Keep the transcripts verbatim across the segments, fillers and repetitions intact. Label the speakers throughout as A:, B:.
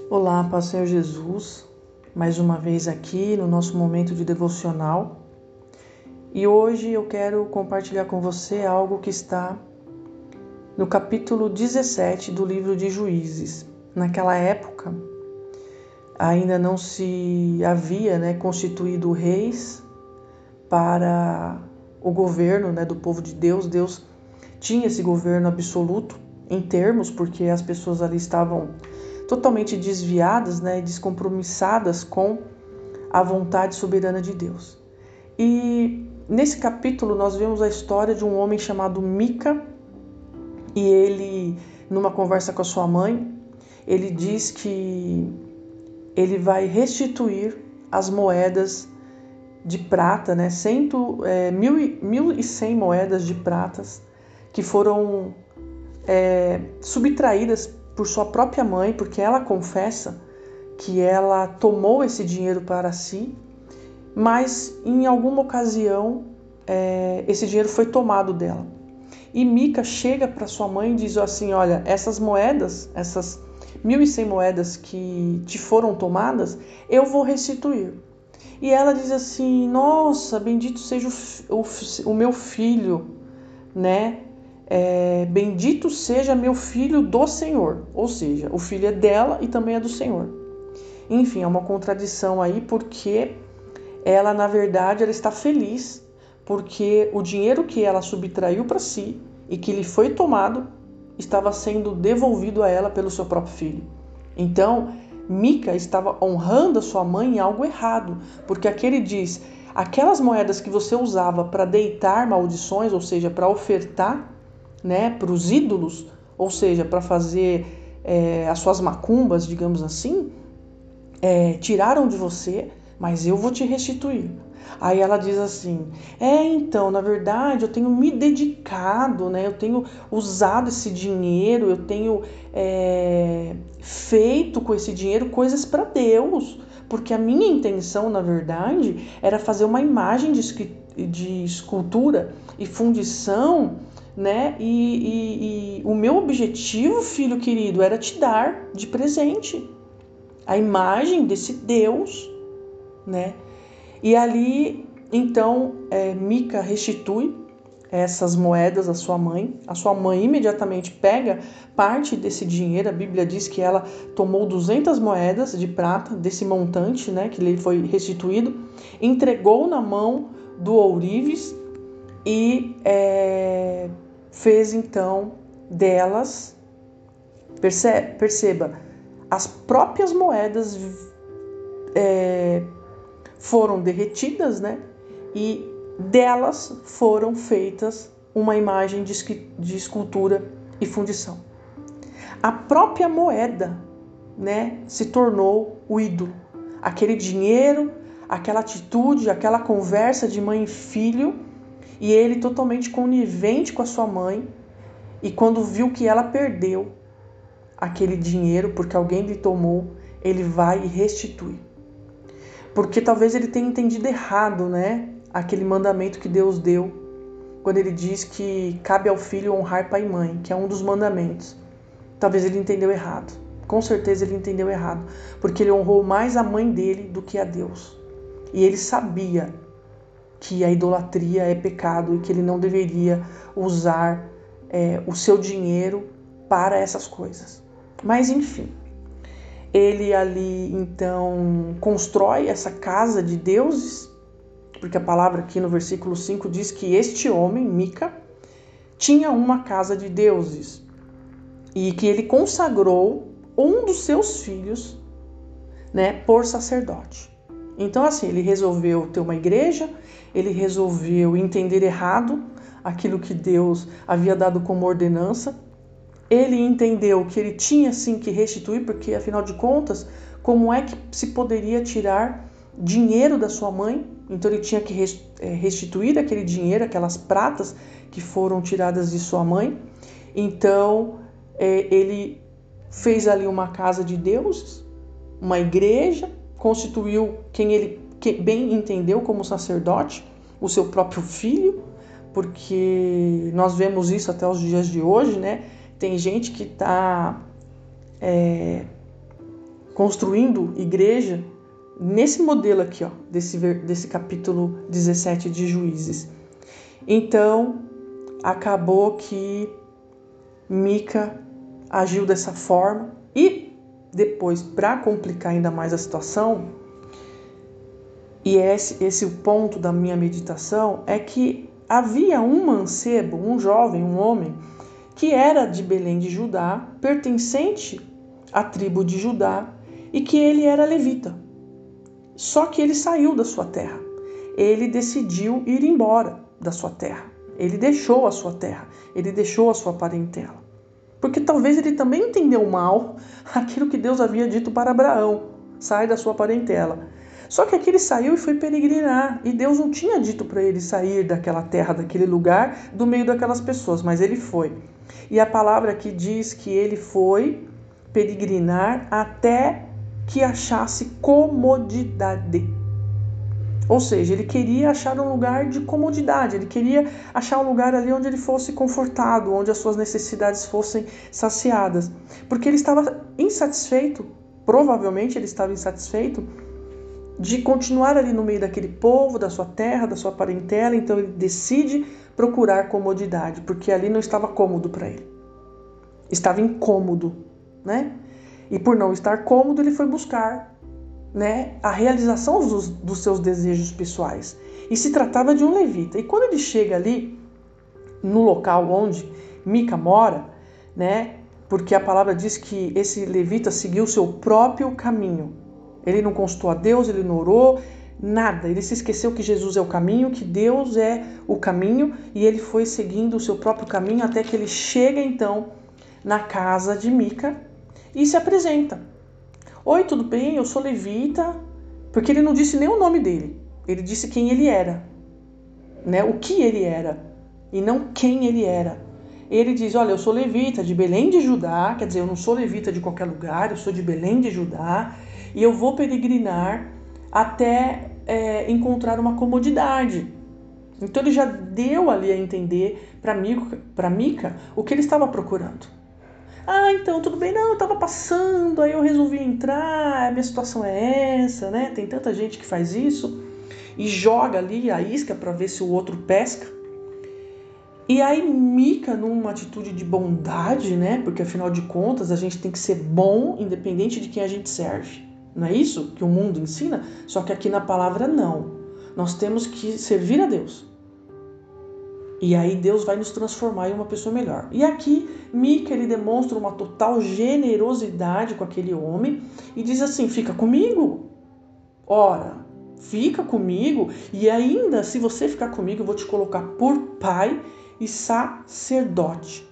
A: Olá, Pai Senhor Jesus, mais uma vez aqui no nosso momento de devocional. E hoje eu quero compartilhar com você algo que está no capítulo dezessete do livro de Juízes. Naquela época, ainda não se havia né, constituído reis para o governo né, do povo de Deus. Deus tinha esse governo absoluto em termos, porque as pessoas ali estavam totalmente desviadas, né, descompromissadas com a vontade soberana de Deus. E nesse capítulo nós vemos a história de um homem chamado Mica, e ele, numa conversa com a sua mãe, ele diz que ele vai restituir as moedas de prata, né, cento, é, mil, e, mil e cem moedas de pratas que foram é, subtraídas por sua própria mãe, porque ela confessa que ela tomou esse dinheiro para si, mas em alguma ocasião é, esse dinheiro foi tomado dela. E Mica chega para sua mãe e diz assim: olha, essas moedas, essas mil e cem moedas que te foram tomadas, eu vou restituir. E ela diz assim: nossa, bendito seja o, o, o meu filho, né? É, bendito seja meu filho do Senhor. Ou seja, o filho é dela e também é do Senhor. Enfim, é uma contradição aí, porque ela, na verdade, ela está feliz porque o dinheiro que ela subtraiu para si e que lhe foi tomado estava sendo devolvido a ela pelo seu próprio filho. Então, Mica estava honrando a sua mãe em algo errado, porque aqui ele diz: aquelas moedas que você usava para deitar maldições, ou seja, para ofertar né, para os ídolos, ou seja, para fazer é, as suas macumbas, digamos assim, é, tiraram de você, mas eu vou te restituir. Aí ela diz assim: é, então, na verdade, eu tenho me dedicado, né? Eu tenho usado esse dinheiro, eu tenho é, feito com esse dinheiro coisas para Deus, porque a minha intenção, na verdade, era fazer uma imagem de, de escultura e fundição, né? E, e, e o meu objetivo, filho querido, era te dar de presente a imagem desse Deus, né? E ali, então, é, Mica restitui essas moedas à sua mãe. A sua mãe imediatamente pega parte desse dinheiro. A Bíblia diz que ela tomou duzentas moedas de prata desse montante, né, que lhe foi restituído, entregou na mão do ourives e é, fez então delas, percebe, perceba, as próprias moedas é, foram derretidas, né? E delas foram feitas uma imagem de escultura e fundição. A própria moeda, né, se tornou o ídolo. Aquele dinheiro, aquela atitude, aquela conversa de mãe e filho, e ele totalmente conivente com a sua mãe, e quando viu que ela perdeu aquele dinheiro porque alguém lhe tomou, ele vai e restitui. Porque talvez ele tenha entendido errado, né? Aquele mandamento que Deus deu, quando ele diz que cabe ao filho honrar pai e mãe, que é um dos mandamentos. Talvez ele entendeu errado. Com certeza ele entendeu errado, porque ele honrou mais a mãe dele do que a Deus. E ele sabia que a idolatria é pecado e que ele não deveria usar é, o seu dinheiro para essas coisas. Mas enfim, ele ali então constrói essa casa de deuses, porque a palavra aqui no versículo cinco diz que este homem, Mica, tinha uma casa de deuses e que ele consagrou um dos seus filhos, né, por sacerdote. Então assim, ele resolveu ter uma igreja, ele resolveu entender errado aquilo que Deus havia dado como ordenança. Ele entendeu que ele tinha sim que restituir, porque afinal de contas, como é que se poderia tirar dinheiro da sua mãe? Então ele tinha que restituir aquele dinheiro, aquelas pratas que foram tiradas de sua mãe. Então ele fez ali uma casa de deuses, uma igreja, constituiu quem ele bem entendeu como sacerdote, o seu próprio filho, porque nós vemos isso até os dias de hoje, né? Tem gente que está é, construindo igreja nesse modelo aqui, ó, desse, desse capítulo dezessete de Juízes. Então, acabou que Mica agiu dessa forma e depois, para complicar ainda mais a situação, e esse, esse o ponto da minha meditação, é que havia um mancebo, um jovem, um homem, que era de Belém de Judá, pertencente à tribo de Judá, e que ele era levita. Só que ele saiu da sua terra. Ele decidiu ir embora da sua terra. Ele deixou a sua terra. Ele deixou a sua parentela. Porque talvez ele também entendeu mal aquilo que Deus havia dito para Abraão. Sai da sua parentela. Só que aqui ele saiu e foi peregrinar. E Deus não tinha dito para ele sair daquela terra, daquele lugar, do meio daquelas pessoas. Mas ele foi. E a palavra aqui diz que ele foi peregrinar até que achasse comodidade. Ou seja, ele queria achar um lugar de comodidade, ele queria achar um lugar ali onde ele fosse confortado, onde as suas necessidades fossem saciadas. Porque ele estava insatisfeito, provavelmente ele estava insatisfeito, de continuar ali no meio daquele povo, da sua terra, da sua parentela. Então ele decide procurar comodidade, porque ali não estava cômodo para ele. Estava incômodo, né? E por não estar cômodo, ele foi buscar, né, a realização dos, dos seus desejos pessoais. E se tratava de um levita. E quando ele chega ali, no local onde Mica mora, né, porque a palavra diz que esse levita seguiu o seu próprio caminho. Ele não consultou a Deus, ele não orou, nada. Ele se esqueceu que Jesus é o caminho, que Deus é o caminho, e ele foi seguindo o seu próprio caminho até que ele chega, então, na casa de Mica e se apresenta. Oi, tudo bem? Eu sou levita. Porque ele não disse nem o nome dele. Ele disse quem ele era, né? O que ele era e não quem ele era. Ele diz, olha, eu sou levita de Belém de Judá, quer dizer, eu não sou levita de qualquer lugar, eu sou de Belém de Judá, e eu vou peregrinar até é, encontrar uma comodidade. Então ele já deu ali a entender para Mica, para Mica o que ele estava procurando. Ah, então, tudo bem, não, eu tava passando, aí eu resolvi entrar, a minha situação é essa, né? Tem tanta gente que faz isso e joga ali a isca para ver se o outro pesca. E aí Mica, numa atitude de bondade, né? Porque afinal de contas a gente tem que ser bom independente de quem a gente serve. Não é isso que o mundo ensina? Só que aqui na palavra não. Nós temos que servir a Deus. E aí Deus vai nos transformar em uma pessoa melhor. E aqui, Mica, ele demonstra uma total generosidade com aquele homem e diz assim, fica comigo. Ora, fica comigo e ainda, se você ficar comigo, eu vou te colocar por pai e sacerdote.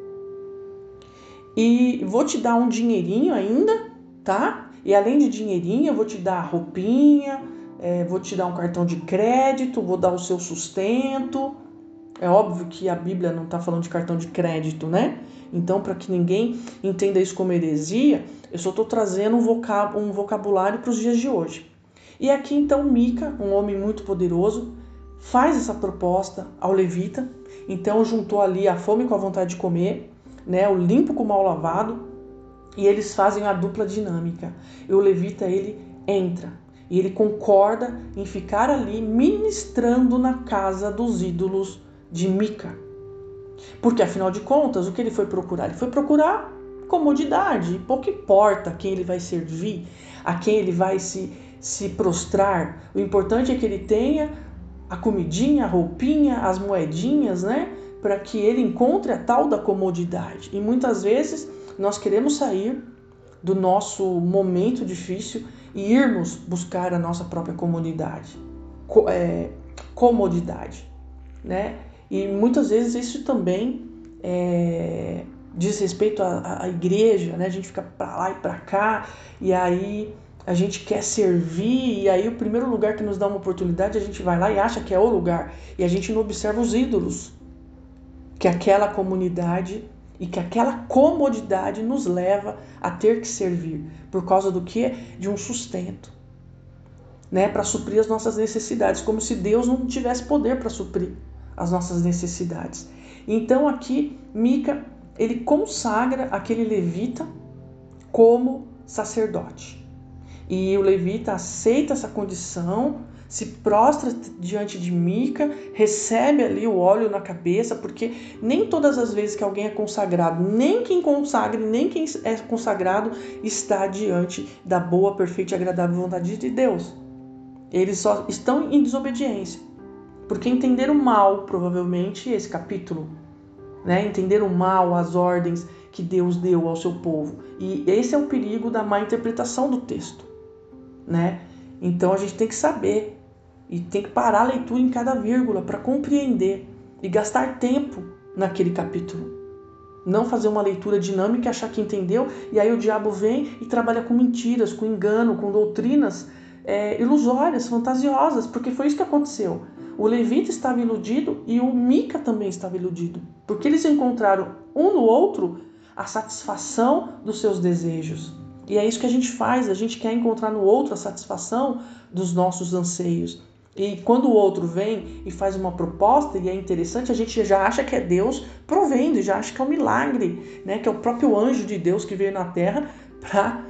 A: E vou te dar um dinheirinho ainda, tá? E além de dinheirinho, eu vou te dar roupinha, é, vou te dar um cartão de crédito, vou dar o seu sustento. É óbvio que a Bíblia não está falando de cartão de crédito, né? Então, para que ninguém entenda isso como heresia, eu só estou trazendo um, vocab- um vocabulário para os dias de hoje. E aqui, então, Mica, um homem muito poderoso, faz essa proposta ao levita. Então, juntou ali a fome com a vontade de comer, né? O limpo com o mal lavado, e eles fazem a dupla dinâmica. E o levita, ele entra. E ele concorda em ficar ali ministrando na casa dos ídolos de Mica. Porque, afinal de contas, o que ele foi procurar? Ele foi procurar comodidade. Pouco importa quem ele vai servir, a quem ele vai se, se prostrar. O importante é que ele tenha a comidinha, a roupinha, as moedinhas, né? Para que ele encontre a tal da comodidade. E muitas vezes nós queremos sair do nosso momento difícil e irmos buscar a nossa própria comodidade. Co- é, comodidade, né? E muitas vezes isso também é, diz respeito à, à igreja, né? A gente fica para lá e para cá, e aí a gente quer servir, e aí o primeiro lugar que nos dá uma oportunidade, a gente vai lá e acha que é o lugar, e a gente não observa os ídolos que aquela comunidade e que aquela comodidade nos leva a ter que servir. Por causa do quê? De um sustento, né? Para suprir as nossas necessidades, como se Deus não tivesse poder para suprir as nossas necessidades. Então aqui Mica, ele consagra aquele levita como sacerdote. E o levita aceita essa condição, se prostra diante de Mica, recebe ali o óleo na cabeça, porque nem todas as vezes que alguém é consagrado, nem quem consagre, nem quem é consagrado está diante da boa, perfeita e agradável vontade de Deus. Eles só estão em desobediência, porque entenderam mal, provavelmente, esse capítulo, né? Entenderam mal as ordens que Deus deu ao seu povo. E esse é o perigo da má interpretação do texto, né? Então a gente tem que saber e tem que parar a leitura em cada vírgula para compreender e gastar tempo naquele capítulo. Não fazer uma leitura dinâmica e achar que entendeu, e aí o diabo vem e trabalha com mentiras, com engano, com doutrinas é, ilusórias, fantasiosas, porque foi isso que aconteceu. O levita estava iludido e o Mica também estava iludido, porque eles encontraram um no outro a satisfação dos seus desejos. E é isso que a gente faz, a gente quer encontrar no outro a satisfação dos nossos anseios. E quando o outro vem e faz uma proposta e é interessante, a gente já acha que é Deus provendo, já acha que é um milagre, né? Que é o próprio anjo de Deus que veio na terra para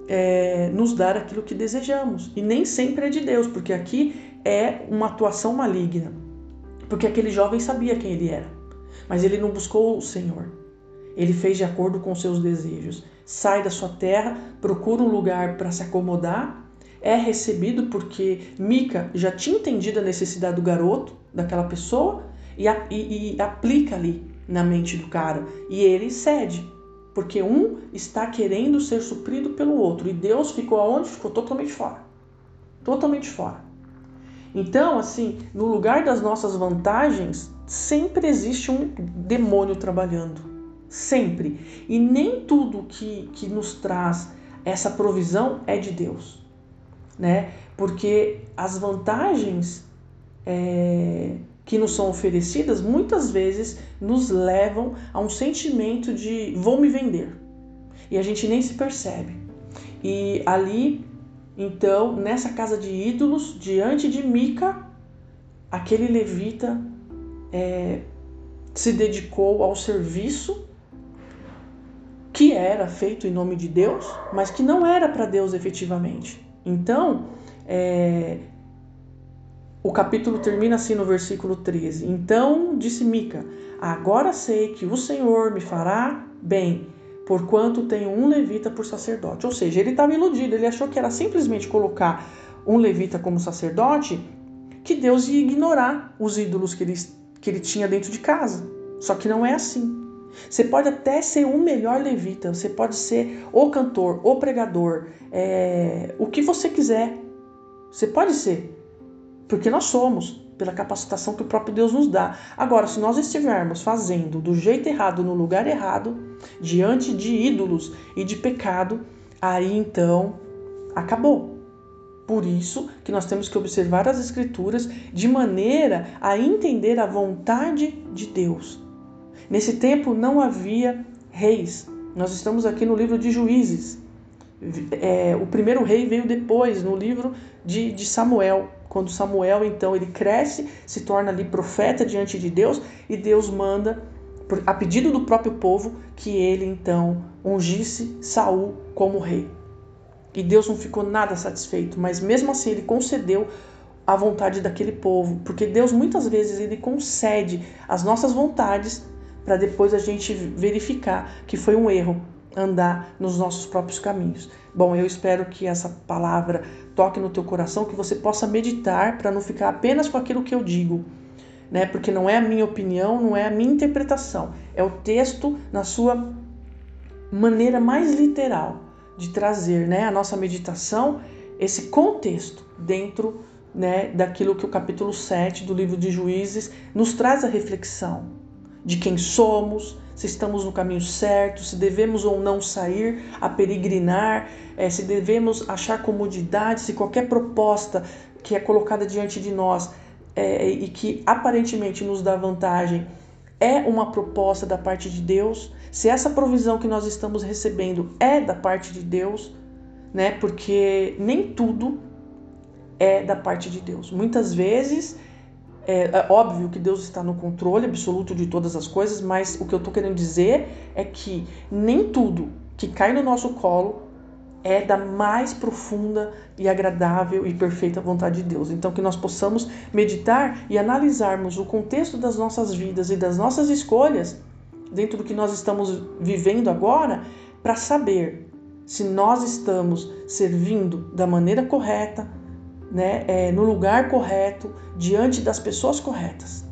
A: é, nos dar aquilo que desejamos. E nem sempre é de Deus, porque aqui é uma atuação maligna. Porque aquele jovem sabia quem ele era, mas ele não buscou o Senhor. Ele fez de acordo com seus desejos. Sai da sua terra, procura um lugar para se acomodar, é recebido porque Mica já tinha entendido a necessidade do garoto, daquela pessoa, e, a, e, e aplica ali na mente do cara. E ele cede, porque um está querendo ser suprido pelo outro. E Deus ficou aonde? Ficou totalmente fora. Totalmente fora. Então, assim, no lugar das nossas vantagens, sempre existe um demônio trabalhando. Sempre. E nem tudo que, que nos traz essa provisão é de Deus. Né? Porque as vantagens é, que nos são oferecidas muitas vezes nos levam a um sentimento de vou me vender, e a gente nem se percebe. E ali, então, nessa casa de ídolos, diante de Mica, aquele levita é, se dedicou ao serviço que era feito em nome de Deus, mas que não era para Deus efetivamente. Então, é, o capítulo termina assim no versículo treze. Então disse Mica, agora sei que o Senhor me fará bem, porquanto tenho um levita por sacerdote. Ou seja, ele estava iludido, ele achou que era simplesmente colocar um levita como sacerdote, que Deus ia ignorar os ídolos que ele, que ele tinha dentro de casa. Só que não é assim. Você pode até ser um melhor levita, você pode ser o cantor, o pregador, é, o que você quiser. Você pode ser, porque nós somos, pela capacitação que o próprio Deus nos dá. Agora, se nós estivermos fazendo do jeito errado, no lugar errado, diante de ídolos e de pecado, aí então acabou. Por isso que nós temos que observar as Escrituras de maneira a entender a vontade de Deus. Nesse tempo não havia reis. Nós estamos aqui no livro de Juízes. É, o primeiro rei veio depois, no livro de, de Samuel. Quando Samuel, então, ele cresce, se torna ali profeta diante de Deus, e Deus manda, a pedido do próprio povo, que ele, então, ungisse Saul como rei. E Deus não ficou nada satisfeito, mas mesmo assim ele concedeu a vontade daquele povo, porque Deus muitas vezes ele concede as nossas vontades para depois a gente verificar que foi um erro andar nos nossos próprios caminhos. Bom, eu espero que essa palavra toque no teu coração, que você possa meditar para não ficar apenas com aquilo que eu digo, né? Porque não é a minha opinião, não é a minha interpretação, é o texto na sua maneira mais literal de trazer, né, a nossa meditação, esse contexto dentro, né, daquilo que o capítulo sete do livro de Juízes nos traz a reflexão de quem somos, se estamos no caminho certo, se devemos ou não sair a peregrinar, é, se devemos achar comodidade, se qualquer proposta que é colocada diante de nós é, e que aparentemente nos dá vantagem é uma proposta da parte de Deus, se essa provisão que nós estamos recebendo é da parte de Deus, né? Porque nem tudo é da parte de Deus. Muitas vezes É, é óbvio que Deus está no controle absoluto de todas as coisas, mas o que eu estou querendo dizer é que nem tudo que cai no nosso colo é da mais profunda e agradável e perfeita vontade de Deus. Então que nós possamos meditar e analisarmos o contexto das nossas vidas e das nossas escolhas dentro do que nós estamos vivendo agora, para saber se nós estamos servindo da maneira correta, né, é, no lugar correto, diante das pessoas corretas.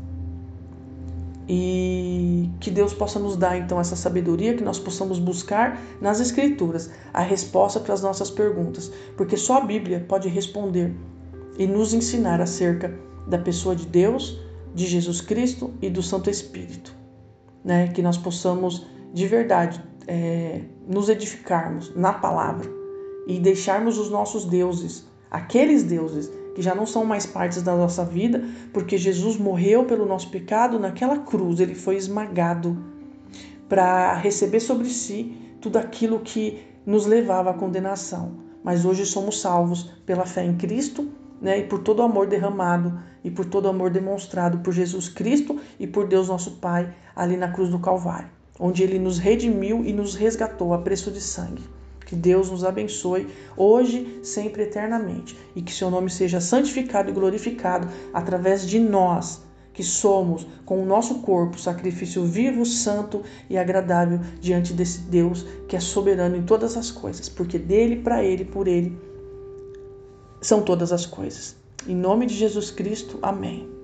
A: E que Deus possa nos dar então essa sabedoria, que nós possamos buscar nas Escrituras a resposta para as nossas perguntas, porque só a Bíblia pode responder e nos ensinar acerca da pessoa de Deus, de Jesus Cristo e do Santo Espírito, né? Que nós possamos de verdade é, nos edificarmos na palavra e deixarmos os nossos deuses, aqueles deuses que já não são mais partes da nossa vida, porque Jesus morreu pelo nosso pecado naquela cruz, ele foi esmagado para receber sobre si tudo aquilo que nos levava à condenação. Mas hoje somos salvos pela fé em Cristo, né, e por todo o amor derramado e por todo o amor demonstrado por Jesus Cristo e por Deus nosso Pai ali na cruz do Calvário, onde ele nos redimiu e nos resgatou a preço de sangue. Que Deus nos abençoe hoje, sempre, eternamente. E que seu nome seja santificado e glorificado através de nós, que somos, com o nosso corpo, sacrifício vivo, santo e agradável diante desse Deus que é soberano em todas as coisas. Porque dele, para ele, por ele, são todas as coisas. Em nome de Jesus Cristo, amém.